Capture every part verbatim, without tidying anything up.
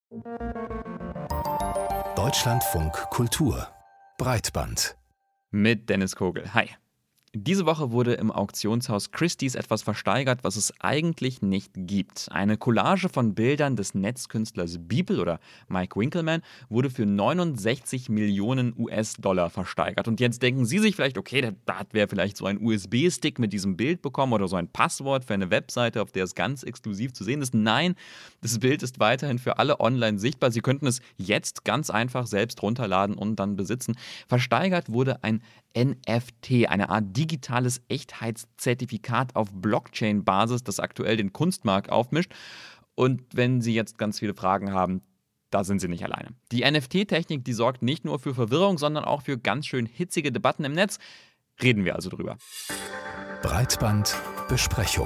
Deutschlandfunk Kultur Breitband Mit Dennis Kogel. Hi. Diese Woche wurde im Auktionshaus Christie's etwas versteigert, was es eigentlich nicht gibt. Eine Collage von Bildern des Netzkünstlers Beeple oder Mike Winkelmann wurde für neunundsechzig Millionen U S-Dollar versteigert. Und jetzt denken Sie sich vielleicht, okay, da hat wer vielleicht so einen U S B-Stick mit diesem Bild bekommen oder so ein Passwort für eine Webseite, auf der es ganz exklusiv zu sehen ist. Nein, das Bild ist weiterhin für alle online sichtbar. Sie könnten es jetzt ganz einfach selbst runterladen und dann besitzen. Versteigert wurde ein N F T, eine Art digitales Echtheitszertifikat auf Blockchain-Basis, das aktuell den Kunstmarkt aufmischt. Und wenn Sie jetzt ganz viele Fragen haben, da sind Sie nicht alleine. Die N F T-Technik, die sorgt nicht nur für Verwirrung, sondern auch für ganz schön hitzige Debatten im Netz. Reden wir also drüber. Breitbandbesprechung.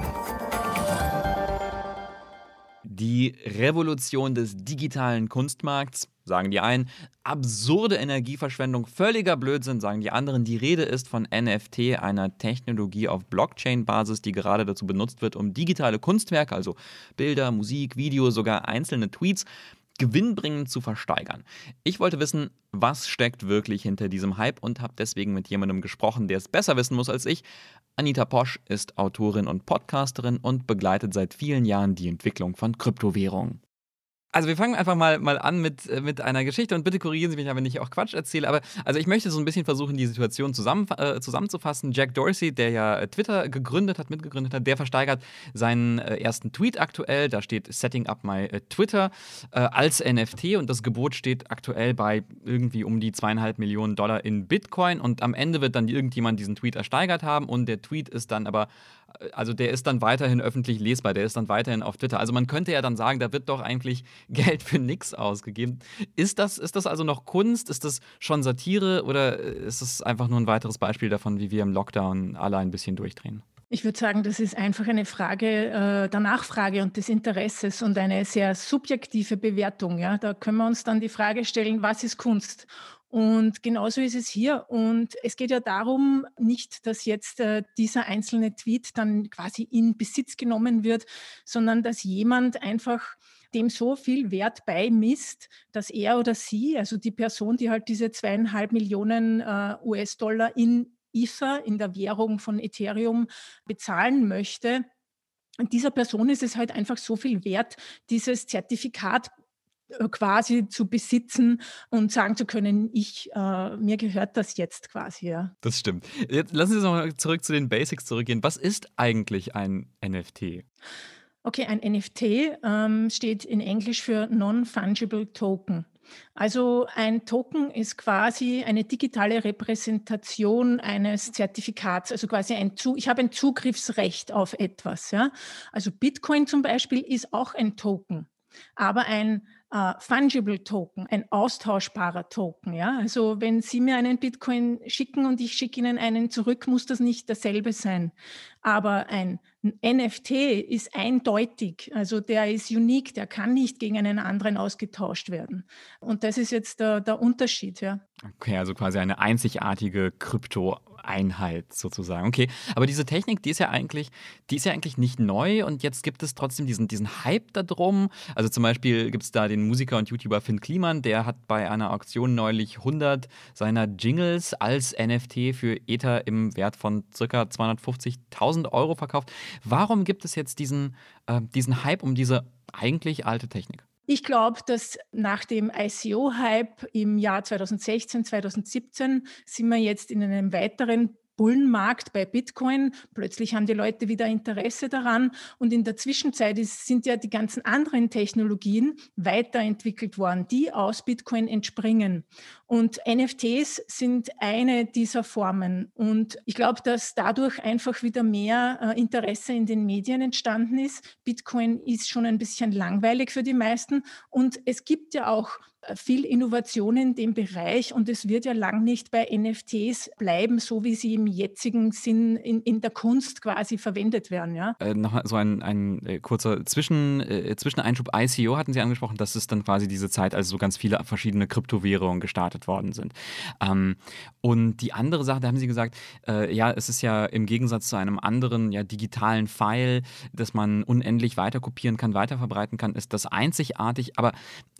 Die Revolution des digitalen Kunstmarkts, sagen die einen, absurde Energieverschwendung, völliger Blödsinn, sagen die anderen. Die Rede ist von N F T, einer Technologie auf Blockchain-Basis, die gerade dazu benutzt wird, um digitale Kunstwerke, also Bilder, Musik, Video, sogar einzelne Tweets, gewinnbringend zu versteigern. Ich wollte wissen, was steckt wirklich hinter diesem Hype und habe deswegen mit jemandem gesprochen, der es besser wissen muss als ich. Anita Posch ist Autorin und Podcasterin und begleitet seit vielen Jahren die Entwicklung von Kryptowährungen. Also wir fangen einfach mal, mal an mit, mit einer Geschichte und bitte korrigieren Sie mich, wenn ich auch Quatsch erzähle. Aber also ich möchte so ein bisschen versuchen, die Situation zusammen, äh, zusammenzufassen. Jack Dorsey, der ja Twitter gegründet hat, mitgegründet hat, der versteigert seinen äh, ersten Tweet aktuell. Da steht Setting up my äh, Twitter äh, als N F T und das Gebot steht aktuell bei irgendwie um die zweieinhalb Millionen Dollar in Bitcoin. Und am Ende wird dann irgendjemand diesen Tweet ersteigert haben und der Tweet ist dann aber, also der ist dann weiterhin öffentlich lesbar, der ist dann weiterhin auf Twitter. Also man könnte ja dann sagen, da wird doch eigentlich Geld für nix ausgegeben. Ist das, ist das also noch Kunst? Ist das schon Satire oder ist es einfach nur ein weiteres Beispiel davon, wie wir im Lockdown alle ein bisschen durchdrehen? Ich würde sagen, das ist einfach eine Frage äh, der Nachfrage und des Interesses und eine sehr subjektive Bewertung. Ja? Da können wir uns dann die Frage stellen, was ist Kunst? Und genauso ist es hier. Und es geht ja darum, nicht, dass jetzt äh, dieser einzelne Tweet dann quasi in Besitz genommen wird, sondern dass jemand einfach dem so viel Wert beimisst, dass er oder sie, also die Person, die halt diese zweieinhalb Millionen äh, U S-Dollar in Ether, in der Währung von Ethereum, bezahlen möchte. Und dieser Person ist es halt einfach so viel wert, dieses Zertifikat quasi zu besitzen und sagen zu können, ich, äh, mir gehört das jetzt quasi. Ja. Das stimmt. Jetzt lassen Sie uns noch mal zurück zu den Basics zurückgehen. Was ist eigentlich ein N F T? Okay, ein N F T ähm, steht in Englisch für Non-Fungible Token. Also ein Token ist quasi eine digitale Repräsentation eines Zertifikats, also quasi ein Zu ich habe ein Zugriffsrecht auf etwas. Ja? Also Bitcoin zum Beispiel ist auch ein Token, aber ein äh, fungible Token, ein austauschbarer Token. Ja? Also wenn Sie mir einen Bitcoin schicken und ich schicke Ihnen einen zurück, muss das nicht dasselbe sein. Aber ein N F T ist eindeutig, also der ist unique, der kann nicht gegen einen anderen ausgetauscht werden. Und das ist jetzt der, der Unterschied. Ja. Okay, also quasi eine einzigartige Krypto-Einheit sozusagen. Okay, aber diese Technik, die ist ja eigentlich, die ist ja eigentlich nicht neu und jetzt gibt es trotzdem diesen, diesen Hype da drum. Also zum Beispiel gibt es da den Musiker und YouTuber Finn Kliman, der hat bei einer Auktion neulich hundert seiner Jingles als N F T für Ether im Wert von ca. zweihundertfünfzigtausend Euro verkauft. Warum gibt es jetzt diesen, äh, diesen Hype um diese eigentlich alte Technik? Ich glaube, dass nach dem I C O-Hype im Jahr zweitausendsechzehn, zweitausendsiebzehn sind wir jetzt in einem weiteren Bullenmarkt bei Bitcoin. Plötzlich haben die Leute wieder Interesse daran. Und in der Zwischenzeit ist, sind ja die ganzen anderen Technologien weiterentwickelt worden, die aus Bitcoin entspringen. Und N F Ts sind eine dieser Formen. Und ich glaube, dass dadurch einfach wieder mehr äh, Interesse in den Medien entstanden ist. Bitcoin ist schon ein bisschen langweilig für die meisten. Und es gibt ja auch viel Innovation in dem Bereich und es wird ja lang nicht bei N F Ts bleiben, so wie sie im jetzigen Sinn in, in der Kunst quasi verwendet werden. Ja? Äh, noch so ein, ein äh, kurzer Zwischen, äh, Zwischeneinschub. I C O hatten Sie angesprochen, das ist dann quasi diese Zeit, als so ganz viele verschiedene Kryptowährungen gestartet worden sind. Ähm, und die andere Sache, da haben Sie gesagt, äh, ja, es ist ja im Gegensatz zu einem anderen ja, digitalen File, das man unendlich weiter kopieren kann, weiter verbreiten kann, ist das einzigartig, aber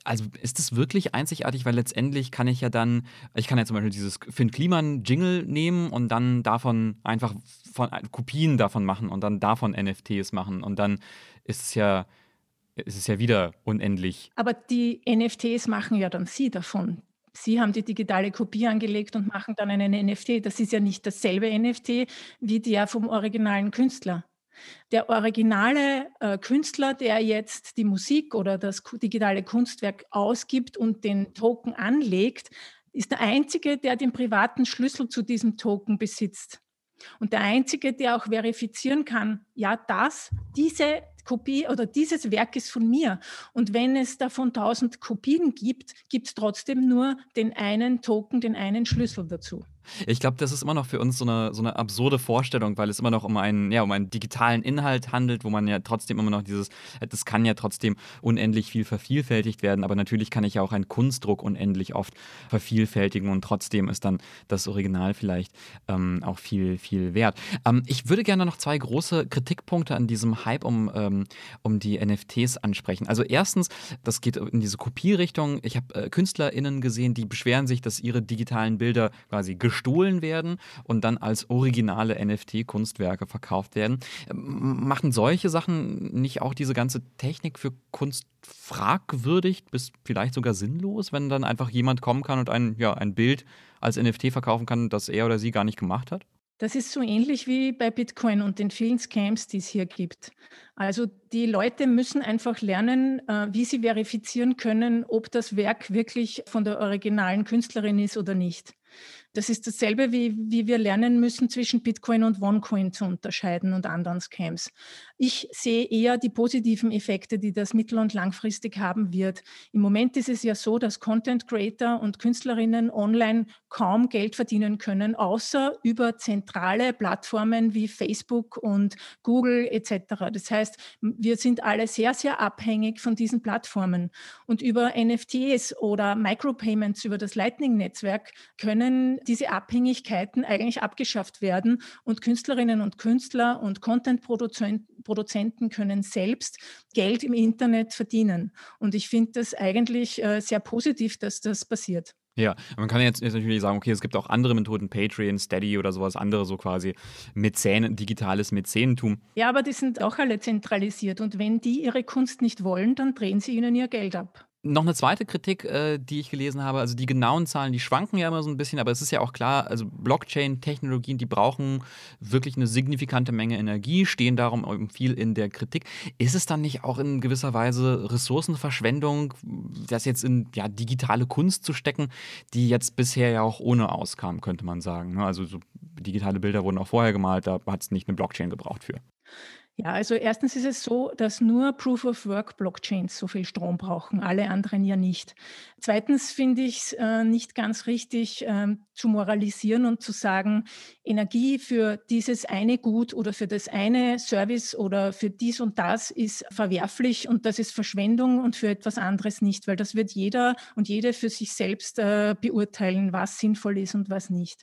Also ist es wirklich einzigartig, weil letztendlich kann ich ja dann, ich kann ja zum Beispiel dieses Finn Kliman-Jingle nehmen und dann davon einfach von, Kopien davon machen und dann davon N F Ts machen und dann ist es ja, ist es ja wieder unendlich. Aber die N F Ts machen ja dann Sie davon. Sie haben die digitale Kopie angelegt und machen dann einen N F T. Das ist ja nicht dasselbe N F T wie der vom originalen Künstler. Der originale äh, Künstler, der jetzt die Musik oder das ku- digitale Kunstwerk ausgibt und den Token anlegt, ist der Einzige, der den privaten Schlüssel zu diesem Token besitzt. Und der Einzige, der auch verifizieren kann, ja, das, diese Kopie oder dieses Werk ist von mir. Und wenn es davon tausend Kopien gibt, gibt es trotzdem nur den einen Token, den einen Schlüssel dazu. Ich glaube, das ist immer noch für uns so eine, so eine absurde Vorstellung, weil es immer noch um einen, ja, um einen digitalen Inhalt handelt, wo man ja trotzdem immer noch dieses, das kann ja trotzdem unendlich viel vervielfältigt werden, aber natürlich kann ich ja auch einen Kunstdruck unendlich oft vervielfältigen und trotzdem ist dann das Original vielleicht ähm, auch viel, viel wert. Ähm, ich würde gerne noch zwei große Kritikpunkte an diesem Hype um, ähm, um die N F Ts ansprechen. Also erstens, das geht in diese Kopierrichtung. Ich habe äh, KünstlerInnen gesehen, die beschweren sich, dass ihre digitalen Bilder quasi gestohlen werden und dann als originale N F T-Kunstwerke verkauft werden. Ähm, Machen solche Sachen nicht auch diese ganze Technik für Kunst fragwürdig bis vielleicht sogar sinnlos, wenn dann einfach jemand kommen kann und ein, ja, ein Bild als N F T verkaufen kann, das er oder sie gar nicht gemacht hat? Das ist so ähnlich wie bei Bitcoin und den vielen Scams, die es hier gibt. Also die Leute müssen einfach lernen, äh, wie sie verifizieren können, ob das Werk wirklich von der originalen Künstlerin ist oder nicht. Das ist dasselbe, wie, wie wir lernen müssen, zwischen Bitcoin und OneCoin zu unterscheiden und anderen Scams. Ich sehe eher die positiven Effekte, die das mittel- und langfristig haben wird. Im Moment ist es ja so, dass Content Creator und Künstlerinnen online kaum Geld verdienen können, außer über zentrale Plattformen wie Facebook und Google et cetera. Das heißt, wir sind alle sehr, sehr abhängig von diesen Plattformen. Und über N F Ts oder Micropayments über das Lightning-Netzwerk können diese Abhängigkeiten eigentlich abgeschafft werden und Künstlerinnen und Künstler und Content-Produzenten können selbst Geld im Internet verdienen. Und ich finde das eigentlich äh, sehr positiv, dass das passiert. Ja, man kann jetzt, jetzt natürlich sagen, okay, es gibt auch andere Methoden, Patreon, Steady oder sowas, andere so quasi Mäzen, digitales Mäzenentum. Ja, aber die sind auch alle zentralisiert und wenn die ihre Kunst nicht wollen, dann drehen sie ihnen ihr Geld ab. Noch eine zweite Kritik, äh, die ich gelesen habe, also die genauen Zahlen, die schwanken ja immer so ein bisschen, aber es ist ja auch klar, also Blockchain-Technologien, die brauchen wirklich eine signifikante Menge Energie, stehen darum eben viel in der Kritik. Ist es dann nicht auch in gewisser Weise Ressourcenverschwendung, das jetzt in ja, digitale Kunst zu stecken, die jetzt bisher ja auch ohne auskam, könnte man sagen, ne? Also so digitale Bilder wurden auch vorher gemalt, da hat es nicht eine Blockchain gebraucht für. Ja, also erstens ist es so, dass nur Proof-of-Work-Blockchains so viel Strom brauchen, alle anderen ja nicht. Zweitens finde ich es äh, nicht ganz richtig ähm, zu moralisieren und zu sagen, Energie für dieses eine Gut oder für das eine Service oder für dies und das ist verwerflich und das ist Verschwendung und für etwas anderes nicht, weil das wird jeder und jede für sich selbst äh, beurteilen, was sinnvoll ist und was nicht.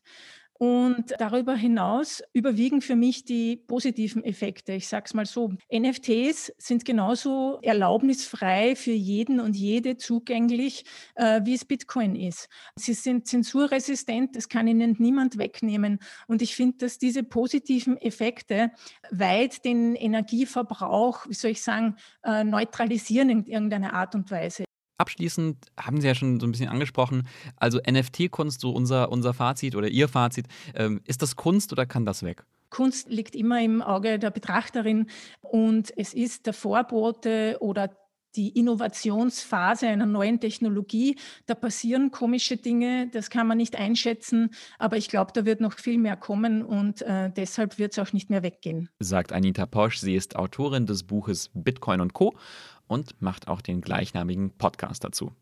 Und darüber hinaus überwiegen für mich die positiven Effekte. Ich sage es mal so, N F Ts sind genauso erlaubnisfrei für jeden und jede zugänglich, äh, wie es Bitcoin ist. Sie sind zensurresistent, das kann ihnen niemand wegnehmen. Und ich finde, dass diese positiven Effekte weit den Energieverbrauch, wie soll ich sagen, äh, neutralisieren in irgendeiner Art und Weise. Abschließend haben Sie ja schon so ein bisschen angesprochen, also N F T-Kunst, so unser, unser Fazit oder Ihr Fazit, ähm, ist das Kunst oder kann das weg? Kunst liegt immer im Auge der Betrachterin und es ist der Vorbote oder die Innovationsphase einer neuen Technologie. Da passieren komische Dinge, das kann man nicht einschätzen, aber ich glaube, da wird noch viel mehr kommen und äh, deshalb wird es auch nicht mehr weggehen. Sagt Anita Posch. Sie ist Autorin des Buches Bitcoin und Co. und macht auch den gleichnamigen Podcast dazu.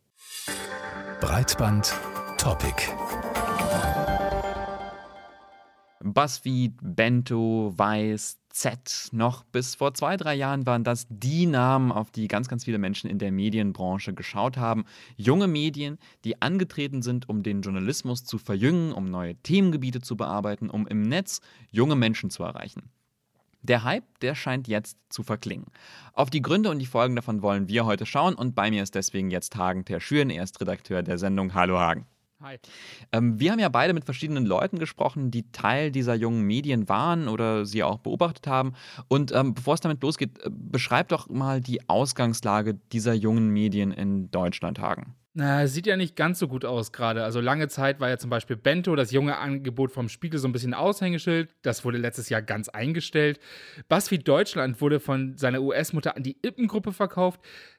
Breitband Topic. BuzzFeed, Bento, Weiß, Z. Noch bis vor zwei, drei Jahren waren das die Namen, auf die ganz, ganz viele Menschen in der Medienbranche geschaut haben. Junge Medien, die angetreten sind, um den Journalismus zu verjüngen, um neue Themengebiete zu bearbeiten, um im Netz junge Menschen zu erreichen. Der Hype, der scheint jetzt zu verklingen. Auf die Gründe und die Folgen davon wollen wir heute schauen und bei mir ist deswegen jetzt Hagen Terschüren, er ist Redakteur der Sendung. Hallo Hagen. Hi. Ähm, wir haben ja beide mit verschiedenen Leuten gesprochen, die Teil dieser jungen Medien waren oder sie auch beobachtet haben. Und ähm, bevor es damit losgeht, äh, beschreib doch mal die Ausgangslage dieser jungen Medien in Deutschland, Hagen. Na, sieht ja nicht ganz so gut aus gerade. Also lange Zeit war ja zum Beispiel Bento, das junge Angebot vom Spiegel, so ein bisschen Aushängeschild. Das wurde letztes Jahr ganz eingestellt. BuzzFeed Deutschland wurde von seiner U S-Mutter an die Ippen-Gruppe verkauft.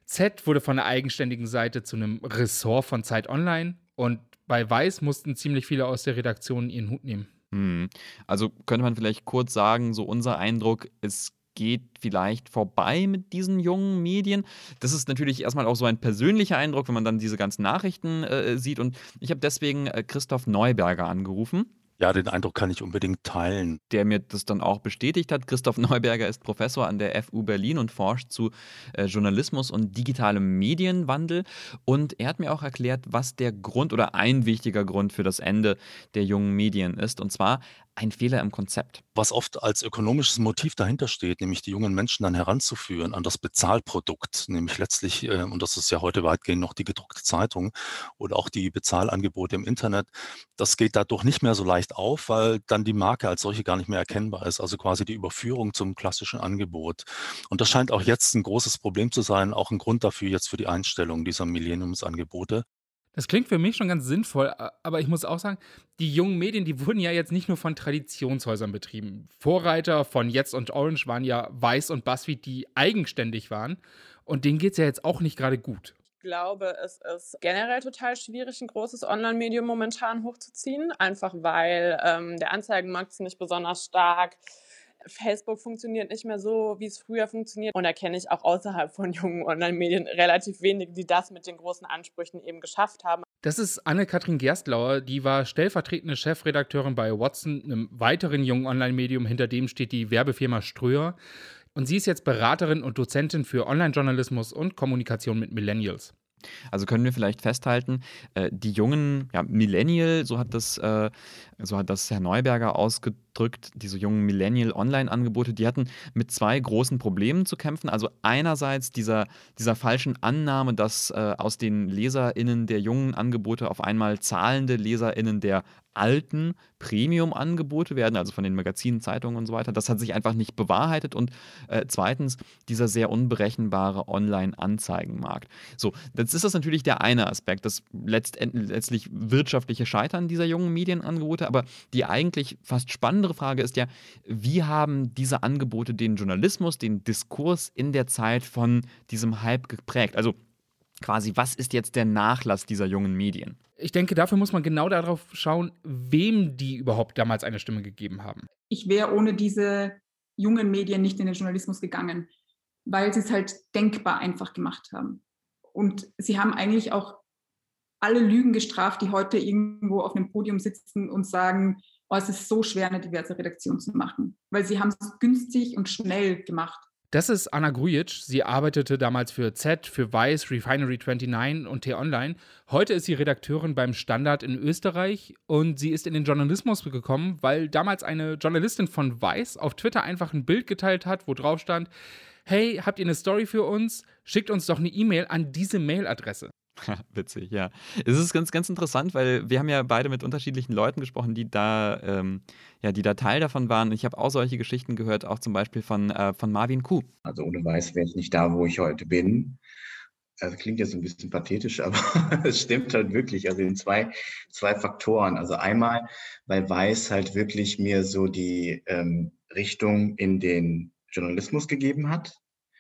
Z wurde von einer eigenständigen Seite zu einem Ressort von Zeit Online. Und bei Weiß mussten ziemlich viele aus der Redaktion ihren Hut nehmen. Hm. Also könnte man vielleicht kurz sagen, so unser Eindruck, es geht vielleicht vorbei mit diesen jungen Medien. Das ist natürlich erstmal auch so ein persönlicher Eindruck, wenn man dann diese ganzen Nachrichten äh, sieht. Und ich habe deswegen äh, Christoph Neuberger angerufen. Ja, den Eindruck kann ich unbedingt teilen. Der mir das dann auch bestätigt hat. Christoph Neuberger ist Professor an der F U Berlin und forscht zu äh, Journalismus und digitalem Medienwandel. Und er hat mir auch erklärt, was der Grund oder ein wichtiger Grund für das Ende der jungen Medien ist. Und zwar ein Fehler im Konzept. Was oft als ökonomisches Motiv dahinter steht, nämlich die jungen Menschen dann heranzuführen an das Bezahlprodukt, nämlich letztlich, äh, und das ist ja heute weitgehend noch die gedruckte Zeitung oder auch die Bezahlangebote im Internet, das geht dadurch nicht mehr so leicht auf, weil dann die Marke als solche gar nicht mehr erkennbar ist, also quasi die Überführung zum klassischen Angebot. Und das scheint auch jetzt ein großes Problem zu sein, auch ein Grund dafür jetzt für die Einstellung dieser Millenniumsangebote. Das klingt für mich schon ganz sinnvoll, aber ich muss auch sagen, die jungen Medien, die wurden ja jetzt nicht nur von Traditionshäusern betrieben. Vorreiter von Jetzt und Orange waren ja Weiß und BuzzFeed, die eigenständig waren. Und denen geht es ja jetzt auch nicht gerade gut. Ich glaube, es ist generell total schwierig, ein großes Online-Medium momentan hochzuziehen, einfach weil ähm, der Anzeigenmarkt ist nicht besonders stark. Facebook funktioniert nicht mehr so, wie es früher funktioniert. Und da kenne ich auch außerhalb von jungen Online-Medien relativ wenige, die das mit den großen Ansprüchen eben geschafft haben. Das ist Anne-Kathrin Gerstlauer, die war stellvertretende Chefredakteurin bei Watson, einem weiteren jungen Online-Medium, hinter dem steht die Werbefirma Ströer. Und sie ist jetzt Beraterin und Dozentin für Online-Journalismus und Kommunikation mit Millennials. Also können wir vielleicht festhalten, äh, die jungen ja, Millennial, so hat das, äh, so hat das Herr Neuberger ausgedrückt, diese jungen Millennial-Online-Angebote, die hatten mit zwei großen Problemen zu kämpfen. Also einerseits dieser, dieser falschen Annahme, dass äh, aus den LeserInnen der jungen Angebote auf einmal zahlende LeserInnen der alten Premium-Angebote werden, also von den Magazinen, Zeitungen und so weiter. Das hat sich einfach nicht bewahrheitet. Und äh, zweitens dieser sehr unberechenbare Online-Anzeigenmarkt. So, jetzt ist das natürlich der eine Aspekt, das letztendlich, letztlich wirtschaftliche Scheitern dieser jungen Medienangebote. Aber die eigentlich fast spannendere Frage ist ja, wie haben diese Angebote den Journalismus, den Diskurs in der Zeit von diesem Hype geprägt? Also quasi, was ist jetzt der Nachlass dieser jungen Medien? Ich denke, dafür muss man genau darauf schauen, wem die überhaupt damals eine Stimme gegeben haben. Ich wäre ohne diese jungen Medien nicht in den Journalismus gegangen, weil sie es halt denkbar einfach gemacht haben. Und sie haben eigentlich auch alle Lügen gestraft, die heute irgendwo auf einem Podium sitzen und sagen, oh, es ist so schwer, eine diverse Redaktion zu machen. Weil sie haben es günstig und schnell gemacht. Das ist Anna Grujic. Sie arbeitete damals für Z, für Weiß, Refinery neunundzwanzig und T-Online. Heute ist sie Redakteurin beim Standard in Österreich und sie ist in den Journalismus gekommen, weil damals eine Journalistin von Weiß auf Twitter einfach ein Bild geteilt hat, wo drauf stand, hey, habt ihr eine Story für uns? Schickt uns doch eine E-Mail an diese Mailadresse. Witzig, ja. Es ist ganz, ganz interessant, weil wir haben ja beide mit unterschiedlichen Leuten gesprochen, die da, ähm, ja, die da Teil davon waren. Ich habe auch solche Geschichten gehört, auch zum Beispiel von, äh, von Marvin Kuh. Also ohne Weiß wäre ich nicht da, wo ich heute bin. Also klingt jetzt so ein bisschen pathetisch, aber es stimmt halt wirklich. Also in zwei, zwei Faktoren. Also einmal, weil Weiß halt wirklich mir so die ähm, Richtung in den Journalismus gegeben hat,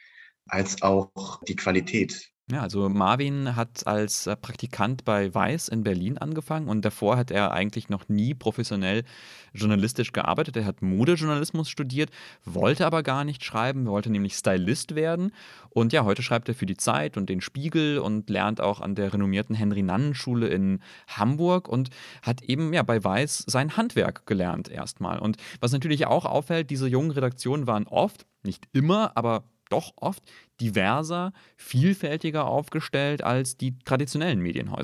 als auch die Qualität. Ja, also Marvin hat als äh, Praktikant bei Weiß in Berlin angefangen und davor hat er eigentlich noch nie professionell journalistisch gearbeitet. Er hat Modejournalismus studiert, wollte aber gar nicht schreiben, wollte nämlich Stylist werden. Und ja, heute schreibt er für die Zeit und den Spiegel und lernt auch an der renommierten Henry-Nannen-Schule in Hamburg und hat eben ja bei Weiß sein Handwerk gelernt erstmal. Und was natürlich auch auffällt, diese jungen Redaktionen waren oft, nicht immer, aber doch oft diverser, vielfältiger aufgestellt als die traditionellen Medienhäuser.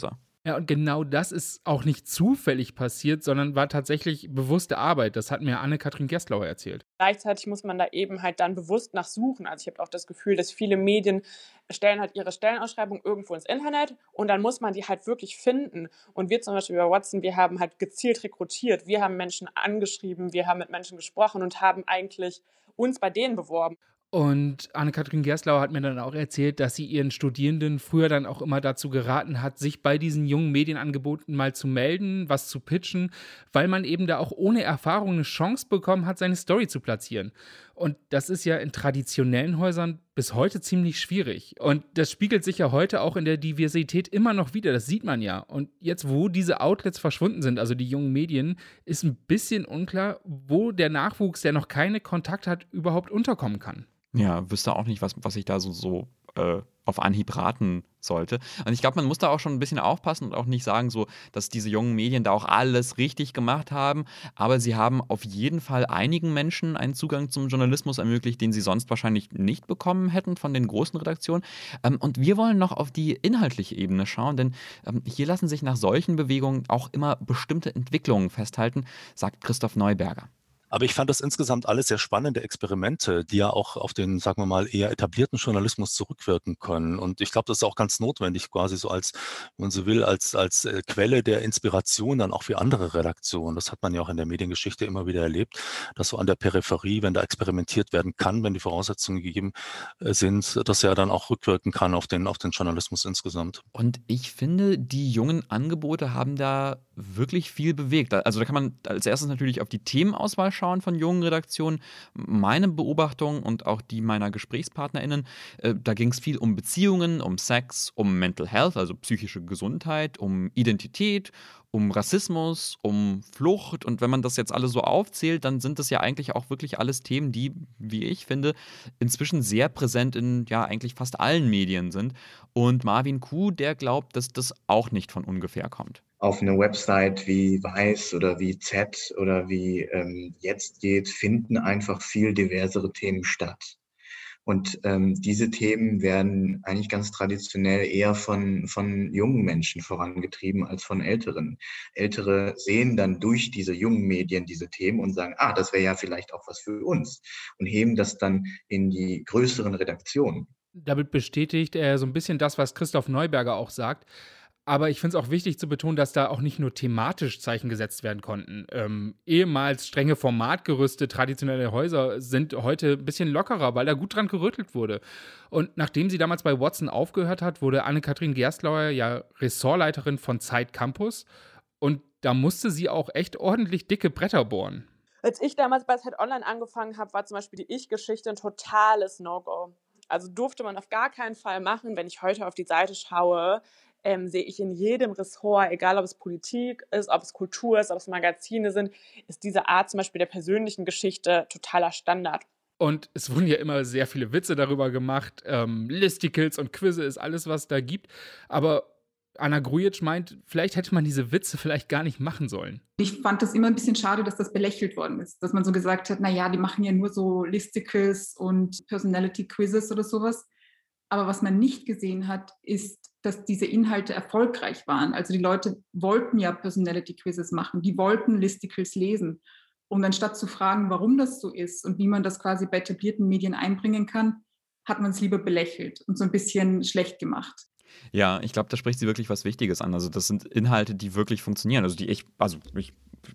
Ja, und genau das ist auch nicht zufällig passiert, sondern war tatsächlich bewusste Arbeit. Das hat mir Anne-Kathrin Gerstlauer erzählt. Gleichzeitig muss man da eben halt dann bewusst nach suchen. Also ich habe auch das Gefühl, dass viele Medien stellen halt ihre Stellenausschreibung irgendwo ins Internet und dann muss man die halt wirklich finden. Und wir zum Beispiel bei Watson, wir haben halt gezielt rekrutiert. Wir haben Menschen angeschrieben, wir haben mit Menschen gesprochen und haben eigentlich uns bei denen beworben. Und Anne-Kathrin Gerstlauer hat mir dann auch erzählt, dass sie ihren Studierenden früher dann auch immer dazu geraten hat, sich bei diesen jungen Medienangeboten mal zu melden, was zu pitchen, weil man eben da auch ohne Erfahrung eine Chance bekommen hat, seine Story zu platzieren. Und das ist ja in traditionellen Häusern bis heute ziemlich schwierig. Und das spiegelt sich ja heute auch in der Diversität immer noch wieder, das sieht man ja. Und jetzt, wo diese Outlets verschwunden sind, also die jungen Medien, ist ein bisschen unklar, wo der Nachwuchs, der noch keine Kontakt hat, überhaupt unterkommen kann. Ja, wüsste auch nicht, was, was ich da so, so äh, auf Anhieb raten sollte. Und ich glaube, man muss da auch schon ein bisschen aufpassen und auch nicht sagen, so, dass diese jungen Medien da auch alles richtig gemacht haben. Aber sie haben auf jeden Fall einigen Menschen einen Zugang zum Journalismus ermöglicht, den sie sonst wahrscheinlich nicht bekommen hätten von den großen Redaktionen. Ähm, und wir wollen noch auf die inhaltliche Ebene schauen, denn ähm, hier lassen sich nach solchen Bewegungen auch immer bestimmte Entwicklungen festhalten, sagt Christoph Neuberger. Aber ich fand das insgesamt alles sehr spannende Experimente, die ja auch auf den, sagen wir mal, eher etablierten Journalismus zurückwirken können. Und ich glaube, das ist auch ganz notwendig, quasi so als, wenn man so will, als, als äh, Quelle der Inspiration dann auch für andere Redaktionen. Das hat man ja auch in der Mediengeschichte immer wieder erlebt, dass so an der Peripherie, wenn da experimentiert werden kann, wenn die Voraussetzungen gegeben äh, sind, dass er dann auch rückwirken kann auf den, auf den Journalismus insgesamt. Und ich finde, die jungen Angebote haben da wirklich viel bewegt. Also da kann man als erstes natürlich auf die Themenauswahl schauen von jungen Redaktionen. Meine Beobachtung und auch die meiner GesprächspartnerInnen, äh, da ging es viel um Beziehungen, um Sex, um Mental Health, also psychische Gesundheit, um Identität, um Rassismus, um Flucht. Und wenn man das jetzt alles so aufzählt, dann sind das ja eigentlich auch wirklich alles Themen, die, wie ich finde, inzwischen sehr präsent in ja eigentlich fast allen Medien sind. Und Marvin Kuh, der glaubt, dass das auch nicht von ungefähr kommt. Auf einer Website wie Weiß oder wie Z oder wie ähm, Jetzt geht, finden einfach viel diversere Themen statt. Und ähm, diese Themen werden eigentlich ganz traditionell eher von, von jungen Menschen vorangetrieben als von Älteren. Ältere sehen dann durch diese jungen Medien diese Themen und sagen, ah, das wäre ja vielleicht auch was für uns und heben das dann in die größeren Redaktionen. Damit bestätigt er so ein bisschen das, was Christoph Neuberger auch sagt. Aber ich finde es auch wichtig zu betonen, dass da auch nicht nur thematisch Zeichen gesetzt werden konnten. Ähm, ehemals strenge Formatgerüste, traditionelle Häuser sind heute ein bisschen lockerer, weil da gut dran gerüttelt wurde. Und nachdem sie damals bei Watson aufgehört hat, wurde Anne-Kathrin Gerstlauer ja Ressortleiterin von Zeit Campus. Und da musste sie auch echt ordentlich dicke Bretter bohren. Als ich damals bei Zeit Online angefangen habe, war zum Beispiel die Ich-Geschichte ein totales No-Go. Also durfte man auf gar keinen Fall machen. Wenn ich heute auf die Seite schaue, ähm, sehe ich in jedem Ressort, egal ob es Politik ist, ob es Kultur ist, ob es Magazine sind, ist diese Art zum Beispiel der persönlichen Geschichte totaler Standard. Und es wurden ja immer sehr viele Witze darüber gemacht. Ähm, Listicles und Quizze ist alles, was da gibt. Aber Anna Grujic meint, vielleicht hätte man diese Witze vielleicht gar nicht machen sollen. Ich fand das immer ein bisschen schade, dass das belächelt worden ist. Dass man so gesagt hat, naja, die machen ja nur so Listicles und Personality-Quizzes oder sowas. Aber was man nicht gesehen hat, ist, dass diese Inhalte erfolgreich waren. Also die Leute wollten ja Personality-Quizzes machen, die wollten Listicles lesen. Und anstatt zu fragen, warum das so ist und wie man das quasi bei etablierten Medien einbringen kann, hat man es lieber belächelt und so ein bisschen schlecht gemacht. Ja, ich glaube, da spricht sie wirklich was Wichtiges an. Also das sind Inhalte, die wirklich funktionieren. Also die ich, also ich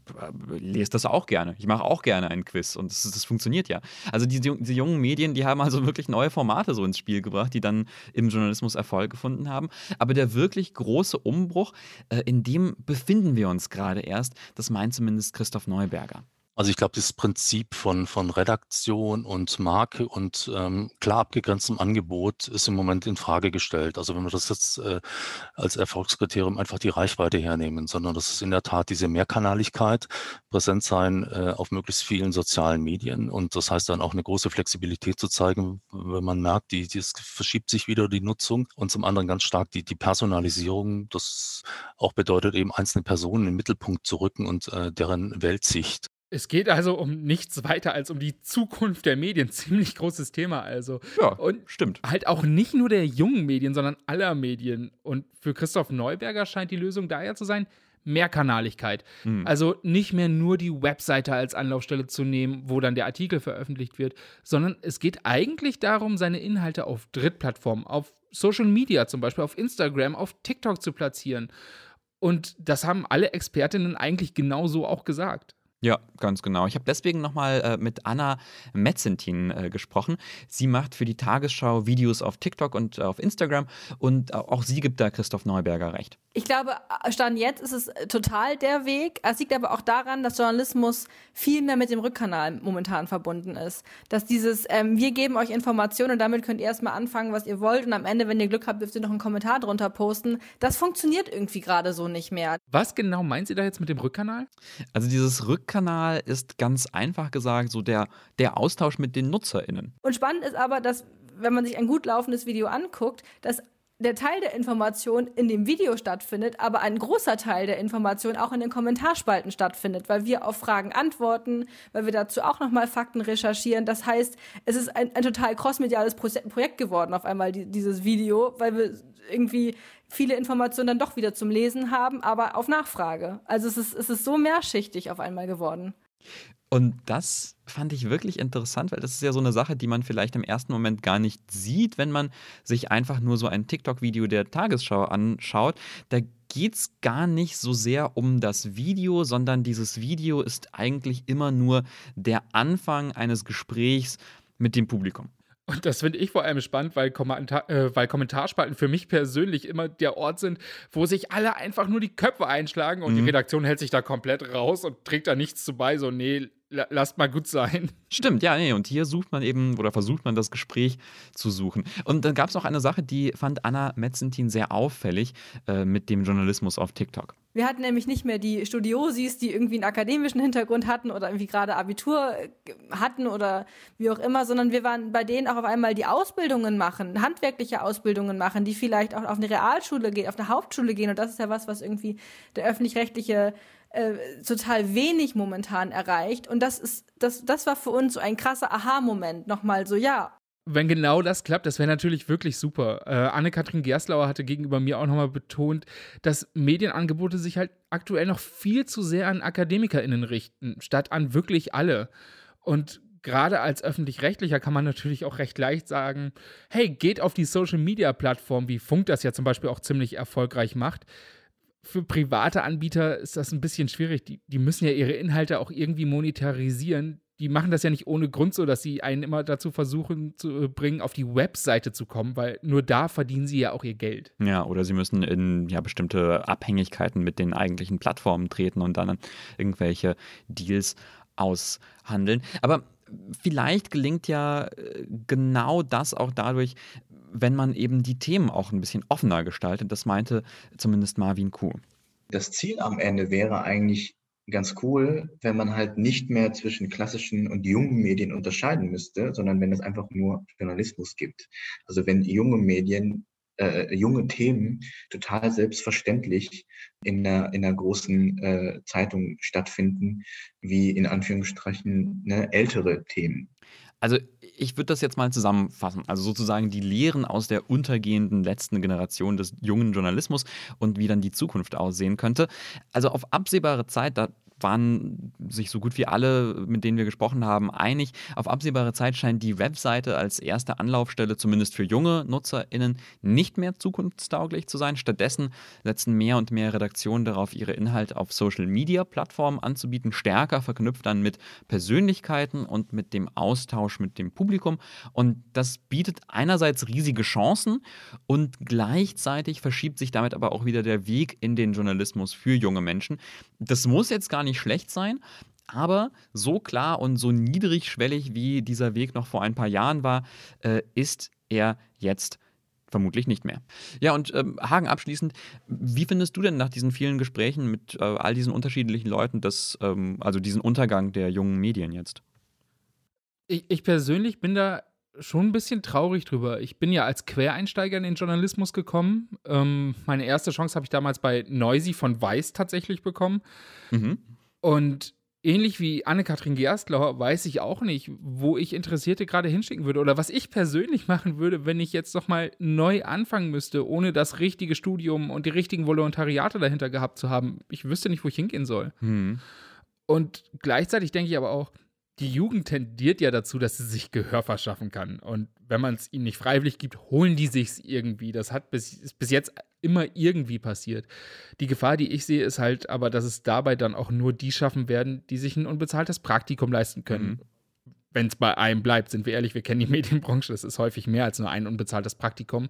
lese das auch gerne. Ich mache auch gerne einen Quiz und das, das funktioniert ja. Also diese, diese jungen Medien, die haben also wirklich neue Formate so ins Spiel gebracht, die dann im Journalismus Erfolg gefunden haben. Aber der wirklich große Umbruch, äh, in dem befinden wir uns gerade erst, das meint zumindest Christoph Neuberger. Also ich glaube, dieses Prinzip von, von Redaktion und Marke und ähm, klar abgegrenztem Angebot ist im Moment in Frage gestellt. Also wenn wir das jetzt äh, als Erfolgskriterium einfach die Reichweite hernehmen, sondern das ist in der Tat diese Mehrkanaligkeit, präsent sein äh, auf möglichst vielen sozialen Medien und das heißt dann auch eine große Flexibilität zu zeigen, wenn man merkt, die, die es verschiebt sich wieder die Nutzung und zum anderen ganz stark die, die Personalisierung, das auch bedeutet eben einzelne Personen in den Mittelpunkt zu rücken und äh, deren Weltsicht. Es geht also um nichts weiter als um die Zukunft der Medien. Ziemlich großes Thema also. Ja, und stimmt. Halt auch nicht nur der jungen Medien, sondern aller Medien. Und für Christoph Neuberger scheint die Lösung daher zu sein, Mehrkanaligkeit. Mhm. Also nicht mehr nur die Webseite als Anlaufstelle zu nehmen, wo dann der Artikel veröffentlicht wird, sondern es geht eigentlich darum, seine Inhalte auf Drittplattformen, auf Social Media zum Beispiel, auf Instagram, auf TikTok zu platzieren. Und das haben alle Expertinnen eigentlich genauso auch gesagt. Ja, ganz genau. Ich habe deswegen nochmal äh, mit Anna Metzentin äh, gesprochen. Sie macht für die Tagesschau Videos auf TikTok und äh, auf Instagram und auch sie gibt da Christoph Neuberger recht. Ich glaube, Stand jetzt ist es total der Weg. Es liegt aber auch daran, dass Journalismus viel mehr mit dem Rückkanal momentan verbunden ist. Dass dieses, ähm, wir geben euch Informationen und damit könnt ihr erstmal anfangen, was ihr wollt und am Ende, wenn ihr Glück habt, dürft ihr noch einen Kommentar drunter posten. Das funktioniert irgendwie gerade so nicht mehr. Was genau meint sie da jetzt mit dem Rückkanal? Also dieses Rückkanal ist ganz einfach gesagt so der, der Austausch mit den NutzerInnen. Und spannend ist aber, dass, wenn man sich ein gut laufendes Video anguckt, dass der Teil der Information in dem Video stattfindet, aber ein großer Teil der Information auch in den Kommentarspalten stattfindet, weil wir auf Fragen antworten, weil wir dazu auch nochmal Fakten recherchieren. Das heißt, es ist ein, ein total crossmediales Projekt geworden auf einmal, die, dieses Video, weil wir irgendwie viele Informationen dann doch wieder zum Lesen haben, aber auf Nachfrage. Also es ist, es ist so mehrschichtig auf einmal geworden. Und das fand ich wirklich interessant, weil das ist ja so eine Sache, die man vielleicht im ersten Moment gar nicht sieht, wenn man sich einfach nur so ein TikTok-Video der Tagesschau anschaut. Da geht es gar nicht so sehr um das Video, sondern dieses Video ist eigentlich immer nur der Anfang eines Gesprächs mit dem Publikum. Und das finde ich vor allem spannend, weil, Kommentar- äh, weil Kommentarspalten für mich persönlich immer der Ort sind, wo sich alle einfach nur die Köpfe einschlagen und mhm. die Redaktion hält sich da komplett raus und trägt da nichts zu bei, so nee, la- lasst mal gut sein. Stimmt, ja, nee, und hier sucht man eben oder versucht man das Gespräch zu suchen. Und dann gab es noch eine Sache, die fand Anna Metzentin sehr auffällig äh, mit dem Journalismus auf TikTok. Wir hatten nämlich nicht mehr die Studiosis, die irgendwie einen akademischen Hintergrund hatten oder irgendwie gerade Abitur hatten oder wie auch immer, sondern wir waren bei denen auch auf einmal die Ausbildungen machen, handwerkliche Ausbildungen machen, die vielleicht auch auf eine Realschule gehen, auf eine Hauptschule gehen. Und das ist ja was, was irgendwie der öffentlich-rechtliche äh, total wenig momentan erreicht. Und das ist, das, das war für uns so ein krasser Aha-Moment. Nochmal so, ja. Wenn genau das klappt, das wäre natürlich wirklich super. Äh, Anne-Kathrin Gerstlauer hatte gegenüber mir auch nochmal betont, dass Medienangebote sich halt aktuell noch viel zu sehr an AkademikerInnen richten, statt an wirklich alle. Und gerade als Öffentlich-Rechtlicher kann man natürlich auch recht leicht sagen, hey, geht auf die Social-Media-Plattform, wie Funk das ja zum Beispiel auch ziemlich erfolgreich macht. Für private Anbieter ist das ein bisschen schwierig. Die, die müssen ja ihre Inhalte auch irgendwie monetarisieren. Die machen das ja nicht ohne Grund so, dass sie einen immer dazu versuchen zu bringen, auf die Webseite zu kommen, weil nur da verdienen sie ja auch ihr Geld. Ja, oder sie müssen in ja, bestimmte Abhängigkeiten mit den eigentlichen Plattformen treten und dann irgendwelche Deals aushandeln. Aber vielleicht gelingt ja genau das auch dadurch, wenn man eben die Themen auch ein bisschen offener gestaltet. Das meinte zumindest Marvin Kuh. Das Ziel am Ende wäre eigentlich ganz cool, wenn man halt nicht mehr zwischen klassischen und jungen Medien unterscheiden müsste, sondern wenn es einfach nur Journalismus gibt. Also wenn junge Medien, äh, junge Themen total selbstverständlich in einer, in einer großen äh, Zeitung stattfinden, wie in Anführungsstrichen ne, ältere Themen. Also ich würde das jetzt mal zusammenfassen, also sozusagen die Lehren aus der untergehenden letzten Generation des jungen Journalismus und wie dann die Zukunft aussehen könnte. Also auf absehbare Zeit, da waren sich so gut wie alle, mit denen wir gesprochen haben, einig. Auf absehbare Zeit scheint die Webseite als erste Anlaufstelle, zumindest für junge NutzerInnen, nicht mehr zukunftstauglich zu sein. Stattdessen setzen mehr und mehr Redaktionen darauf, ihre Inhalte auf Social-Media-Plattformen anzubieten, stärker verknüpft dann mit Persönlichkeiten und mit dem Austausch mit dem Publikum. Und das bietet einerseits riesige Chancen und gleichzeitig verschiebt sich damit aber auch wieder der Weg in den Journalismus für junge Menschen. Das muss jetzt gar nicht schlecht sein, aber so klar und so niedrigschwellig, wie dieser Weg noch vor ein paar Jahren war, äh, ist er jetzt vermutlich nicht mehr. Ja, und ähm, Hagen, abschließend, wie findest du denn nach diesen vielen Gesprächen mit äh, all diesen unterschiedlichen Leuten, das, ähm, also diesen Untergang der jungen Medien jetzt? Ich, ich persönlich bin da schon ein bisschen traurig drüber. Ich bin ja als Quereinsteiger in den Journalismus gekommen. Ähm, meine erste Chance habe ich damals bei Noisy von Weiß tatsächlich bekommen. Mhm. Und ähnlich wie Anne-Kathrin Gerstlauer weiß ich auch nicht, wo ich Interessierte gerade hinschicken würde oder was ich persönlich machen würde, wenn ich jetzt doch mal neu anfangen müsste, ohne das richtige Studium und die richtigen Volontariate dahinter gehabt zu haben. Ich wüsste nicht, wo ich hingehen soll. Hm. Und gleichzeitig denke ich aber auch, die Jugend tendiert ja dazu, dass sie sich Gehör verschaffen kann. Und wenn man es ihnen nicht freiwillig gibt, holen die sich's irgendwie. Das hat bis, ist bis jetzt immer irgendwie passiert. Die Gefahr, die ich sehe, ist halt aber, dass es dabei dann auch nur die schaffen werden, die sich ein unbezahltes Praktikum leisten können. Mhm. Wenn es bei einem bleibt, sind wir ehrlich, wir kennen die Medienbranche, das ist häufig mehr als nur ein unbezahltes Praktikum.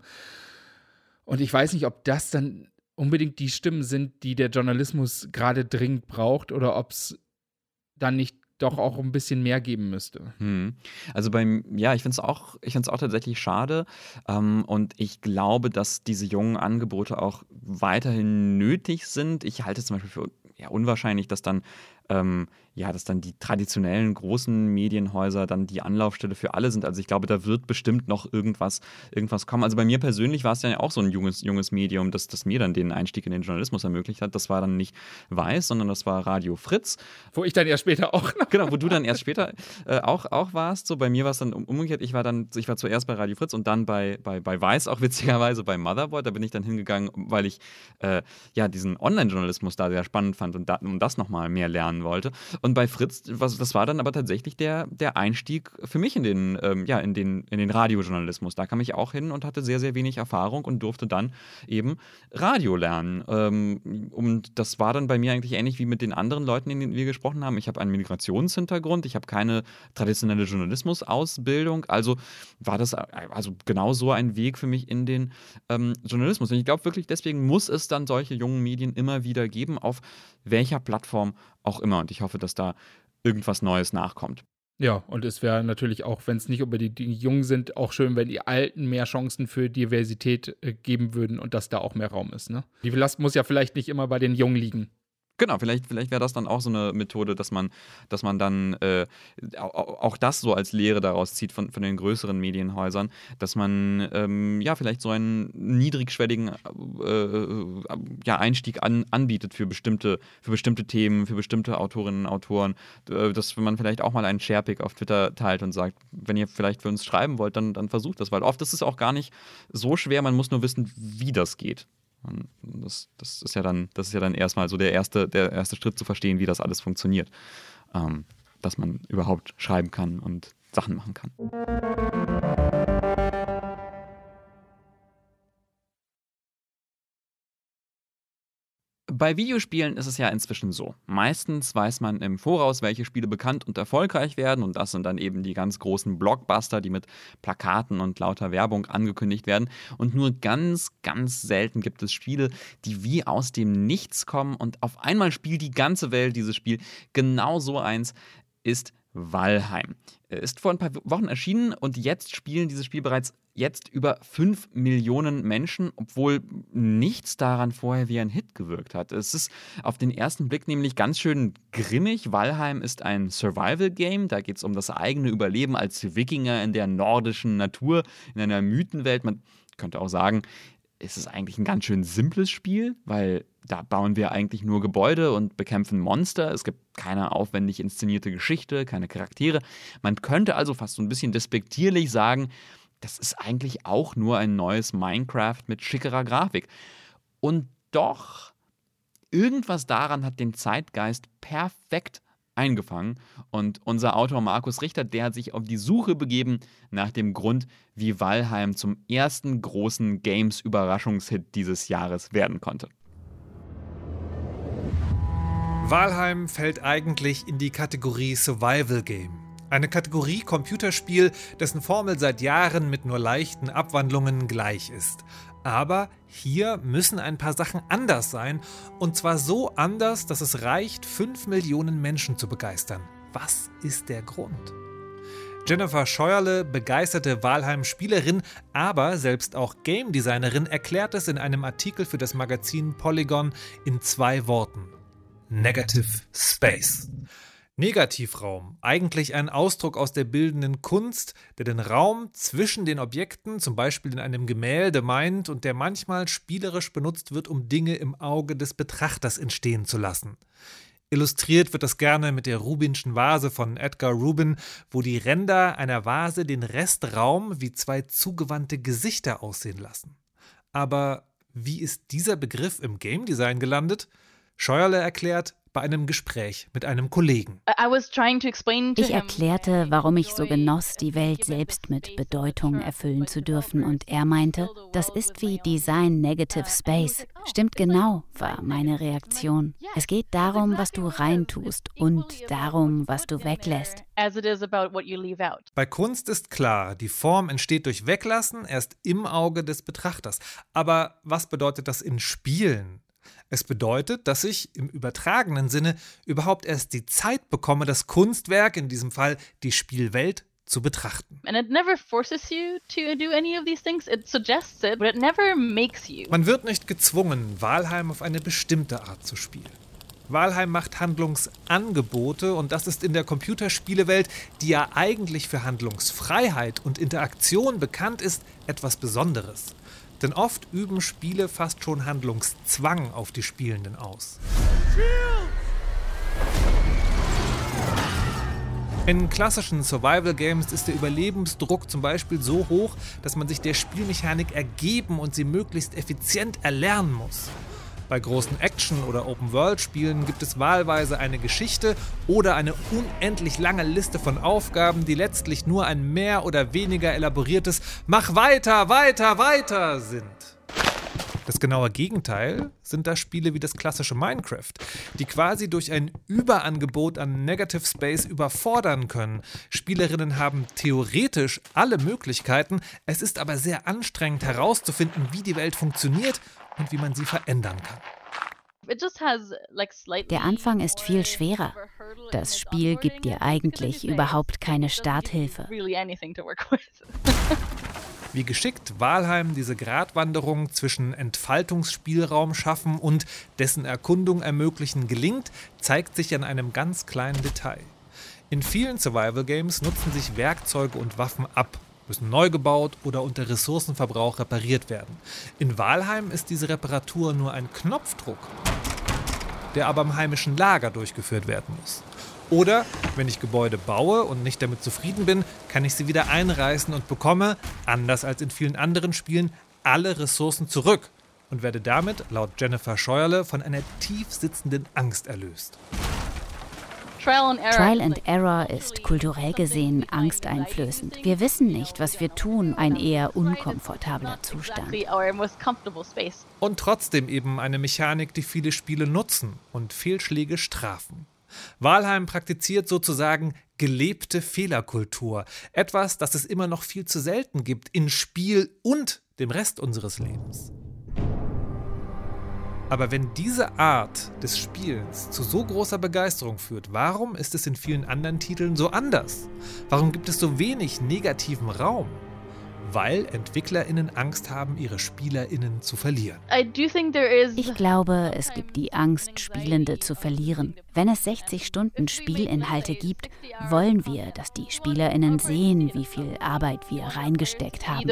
Und ich weiß nicht, ob das dann unbedingt die Stimmen sind, die der Journalismus gerade dringend braucht oder ob es dann nicht doch auch ein bisschen mehr geben müsste. Hm. Also beim, ja, ich finde es auch, ich finde es auch tatsächlich schade. Ähm, und ich glaube, dass diese jungen Angebote auch weiterhin nötig sind. Ich halte es zum Beispiel für ja, unwahrscheinlich, dass dann ähm, ja, dass dann die traditionellen großen Medienhäuser dann die Anlaufstelle für alle sind. Also ich glaube, da wird bestimmt noch irgendwas, irgendwas kommen. Also bei mir persönlich war es ja auch so ein junges, junges Medium, das, das mir dann den Einstieg in den Journalismus ermöglicht hat. Das war dann nicht Weiß, sondern das war Radio Fritz. Wo ich dann erst später auch noch. Genau, wo du dann erst später äh, auch, auch warst. So bei mir war es dann umgekehrt. Ich war dann, ich war zuerst bei Radio Fritz und dann bei, bei, bei Weiß, auch witzigerweise bei Motherboard. Da bin ich dann hingegangen, weil ich äh, ja diesen Online-Journalismus da sehr spannend fand und da, um das nochmal mehr lernen wollte. Und bei Fritz, was, das war dann aber tatsächlich der, der Einstieg für mich in den, ähm, ja, in den, in den Radiojournalismus. Da kam ich auch hin und hatte sehr, sehr wenig Erfahrung und durfte dann eben Radio lernen. Ähm, und das war dann bei mir eigentlich ähnlich wie mit den anderen Leuten, in denen wir gesprochen haben. Ich habe einen Migrationshintergrund, ich habe keine traditionelle Journalismusausbildung, also war das also genau so ein Weg für mich in den ähm, Journalismus. Und ich glaube wirklich, deswegen muss es dann solche jungen Medien immer wieder geben, auf welcher Plattform auch immer. Und ich hoffe, dass da irgendwas Neues nachkommt. Ja, und es wäre natürlich auch, wenn es nicht unbedingt die Jungen sind, auch schön, wenn die Alten mehr Chancen für Diversität äh, geben würden und dass da auch mehr Raum ist. Ne? Die Last muss ja vielleicht nicht immer bei den Jungen liegen. Genau, vielleicht, vielleicht wäre das dann auch so eine Methode, dass man, dass man dann äh, auch, auch das so als Lehre daraus zieht von, von den größeren Medienhäusern, dass man ähm, ja vielleicht so einen niedrigschwelligen äh, ja, Einstieg an, anbietet für bestimmte, für bestimmte Themen, für bestimmte Autorinnen und Autoren, äh, dass man vielleicht auch mal einen Sharepick auf Twitter teilt und sagt, wenn ihr vielleicht für uns schreiben wollt, dann, dann versucht das, weil oft ist es auch gar nicht so schwer, man muss nur wissen, wie das geht. Das, das ist ja dann, das ist ja dann erstmal so der erste, der erste Schritt zu verstehen, wie das alles funktioniert. Ähm, dass man überhaupt schreiben kann und Sachen machen kann. Bei Videospielen ist es ja inzwischen so. Meistens weiß man im Voraus, welche Spiele bekannt und erfolgreich werden, und das sind dann eben die ganz großen Blockbuster, die mit Plakaten und lauter Werbung angekündigt werden. Und nur ganz, ganz selten gibt es Spiele, die wie aus dem Nichts kommen und auf einmal spielt die ganze Welt dieses Spiel. Genau so eins ist Valheim. Ist vor ein paar Wochen erschienen und jetzt spielen dieses Spiel bereits jetzt über fünf Millionen Menschen, obwohl nichts daran vorher wie ein Hit gewirkt hat. Es ist auf den ersten Blick nämlich ganz schön grimmig. Valheim ist ein Survival-Game. Da geht es um das eigene Überleben als Wikinger in der nordischen Natur, in einer Mythenwelt. Man könnte auch sagen, es ist eigentlich ein ganz schön simples Spiel, weil da bauen wir eigentlich nur Gebäude und bekämpfen Monster. Es gibt keine aufwendig inszenierte Geschichte, keine Charaktere. Man könnte also fast so ein bisschen despektierlich sagen, das ist eigentlich auch nur ein neues Minecraft mit schickerer Grafik. Und doch, irgendwas daran hat den Zeitgeist perfekt eingefangen. Und unser Autor Markus Richter, der hat sich auf die Suche begeben nach dem Grund, wie Valheim zum ersten großen Games-Überraschungshit dieses Jahres werden konnte. Valheim fällt eigentlich in die Kategorie Survival Game. Eine Kategorie Computerspiel, dessen Formel seit Jahren mit nur leichten Abwandlungen gleich ist. Aber hier müssen ein paar Sachen anders sein, und zwar so anders, dass es reicht, fünf Millionen Menschen zu begeistern. Was ist der Grund? Jennifer Scheuerle, begeisterte Valheim-Spielerin, aber selbst auch Game-Designerin, erklärt es in einem Artikel für das Magazin Polygon in zwei Worten. Negative Space. Negativraum, eigentlich ein Ausdruck aus der bildenden Kunst, der den Raum zwischen den Objekten, zum Beispiel in einem Gemälde, meint und der manchmal spielerisch benutzt wird, um Dinge im Auge des Betrachters entstehen zu lassen. Illustriert wird das gerne mit der Rubinschen Vase von Edgar Rubin, wo die Ränder einer Vase den Restraum wie zwei zugewandte Gesichter aussehen lassen. Aber wie ist dieser Begriff im Game Design gelandet? Scheuerle erklärt, bei einem Gespräch mit einem Kollegen. Ich erklärte, warum ich so genoss, die Welt selbst mit Bedeutung erfüllen zu dürfen, und er meinte, das ist wie Design Negative Space. Stimmt genau, war meine Reaktion. Es geht darum, was du reintust und darum, was du weglässt. Bei Kunst ist klar, die Form entsteht durch Weglassen, erst im Auge des Betrachters. Aber was bedeutet das in Spielen? Es bedeutet, dass ich im übertragenen Sinne überhaupt erst die Zeit bekomme, das Kunstwerk, in diesem Fall die Spielwelt, zu betrachten. Man wird nicht gezwungen, Valheim auf eine bestimmte Art zu spielen. Valheim macht Handlungsangebote, und das ist in der Computerspielewelt, die ja eigentlich für Handlungsfreiheit und Interaktion bekannt ist, etwas Besonderes. Denn oft üben Spiele fast schon Handlungszwang auf die Spielenden aus. In klassischen Survival-Games ist der Überlebensdruck zum Beispiel so hoch, dass man sich der Spielmechanik ergeben und sie möglichst effizient erlernen muss. Bei großen Action- oder Open-World-Spielen gibt es wahlweise eine Geschichte oder eine unendlich lange Liste von Aufgaben, die letztlich nur ein mehr oder weniger elaboriertes »Mach weiter, weiter, weiter« sind. Das genaue Gegenteil sind da Spiele wie das klassische Minecraft, die quasi durch ein Überangebot an Negative Space überfordern können. Spielerinnen haben theoretisch alle Möglichkeiten, es ist aber sehr anstrengend herauszufinden, wie die Welt funktioniert und wie man sie verändern kann. Der Anfang ist viel schwerer. Das Spiel gibt dir eigentlich überhaupt keine Starthilfe. Wie geschickt Valheim diese Gratwanderung zwischen Entfaltungsspielraum schaffen und dessen Erkundung ermöglichen gelingt, zeigt sich an einem ganz kleinen Detail. In vielen Survival-Games nutzen sich Werkzeuge und Waffen ab, müssen neu gebaut oder unter Ressourcenverbrauch repariert werden. In Valheim ist diese Reparatur nur ein Knopfdruck, der aber im heimischen Lager durchgeführt werden muss. Oder, wenn ich Gebäude baue und nicht damit zufrieden bin, kann ich sie wieder einreißen und bekomme, anders als in vielen anderen Spielen, alle Ressourcen zurück und werde damit, laut Jennifer Scheuerle, von einer tief sitzenden Angst erlöst. Trial and Error ist kulturell gesehen angsteinflößend. Wir wissen nicht, was wir tun, ein eher unkomfortabler Zustand. Und trotzdem eben eine Mechanik, die viele Spiele nutzen und Fehlschläge strafen. Valheim praktiziert sozusagen gelebte Fehlerkultur. Etwas, das es immer noch viel zu selten gibt in Spiel und dem Rest unseres Lebens. Aber wenn diese Art des Spielens zu so großer Begeisterung führt, warum ist es in vielen anderen Titeln so anders? Warum gibt es so wenig negativen Raum? Weil EntwicklerInnen Angst haben, ihre SpielerInnen zu verlieren. Ich glaube, es gibt die Angst, Spielende zu verlieren. Wenn es sechzig Stunden Spielinhalte gibt, wollen wir, dass die SpielerInnen sehen, wie viel Arbeit wir reingesteckt haben.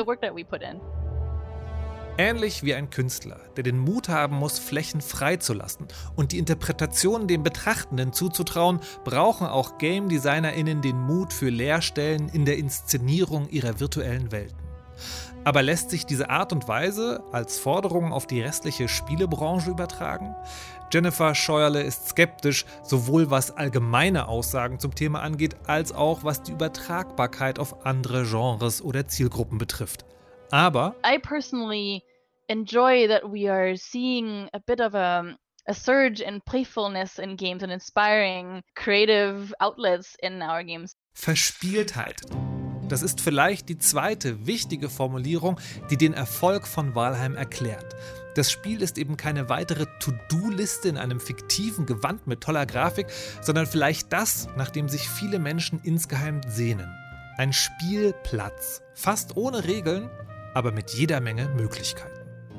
Ähnlich wie ein Künstler, der den Mut haben muss, Flächen freizulassen und die Interpretation dem Betrachtenden zuzutrauen, brauchen auch Game-DesignerInnen den Mut für Leerstellen in der Inszenierung ihrer virtuellen Welten. Aber lässt sich diese Art und Weise als Forderung auf die restliche Spielebranche übertragen? Jennifer Scheuerle ist skeptisch, sowohl was allgemeine Aussagen zum Thema angeht, als auch was die Übertragbarkeit auf andere Genres oder Zielgruppen betrifft. Aber I personally enjoy that we are seeing a bit of a, a surge in playfulness in games and inspiring creative outlets in our games. Verspieltheit. Das ist vielleicht die zweite wichtige Formulierung, die den Erfolg von Valheim erklärt. Das Spiel ist eben keine weitere To-Do-Liste in einem fiktiven Gewand mit toller Grafik, sondern vielleicht das, nach dem sich viele Menschen insgeheim sehnen. Ein Spielplatz, fast ohne Regeln, aber mit jeder Menge Möglichkeiten.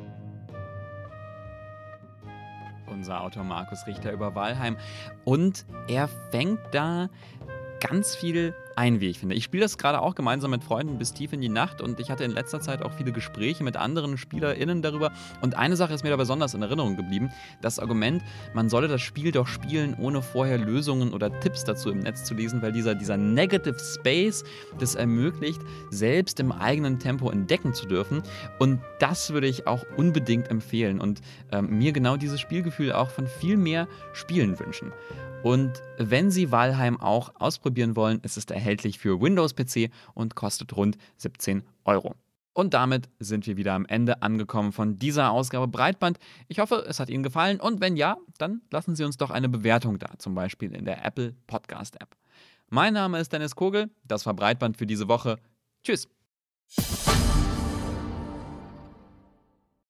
Unser Autor Markus Richter über Valheim. Und er fängt da ganz viel ein, wie ich finde. Ich spiele das gerade auch gemeinsam mit Freunden bis tief in die Nacht und ich hatte in letzter Zeit auch viele Gespräche mit anderen SpielerInnen darüber. Und eine Sache ist mir da besonders in Erinnerung geblieben. Das Argument, man solle das Spiel doch spielen, ohne vorher Lösungen oder Tipps dazu im Netz zu lesen, weil dieser, dieser Negative Space das ermöglicht, selbst im eigenen Tempo entdecken zu dürfen. Und das würde ich auch unbedingt empfehlen und ähm, mir genau dieses Spielgefühl auch von viel mehr Spielen wünschen. Und wenn Sie Valheim auch ausprobieren wollen, ist es erhältlich für Windows-P C und kostet rund siebzehn Euro. Und damit sind wir wieder am Ende angekommen von dieser Ausgabe Breitband. Ich hoffe, es hat Ihnen gefallen und wenn ja, dann lassen Sie uns doch eine Bewertung da, zum Beispiel in der Apple Podcast App. Mein Name ist Dennis Kogel, das war Breitband für diese Woche. Tschüss!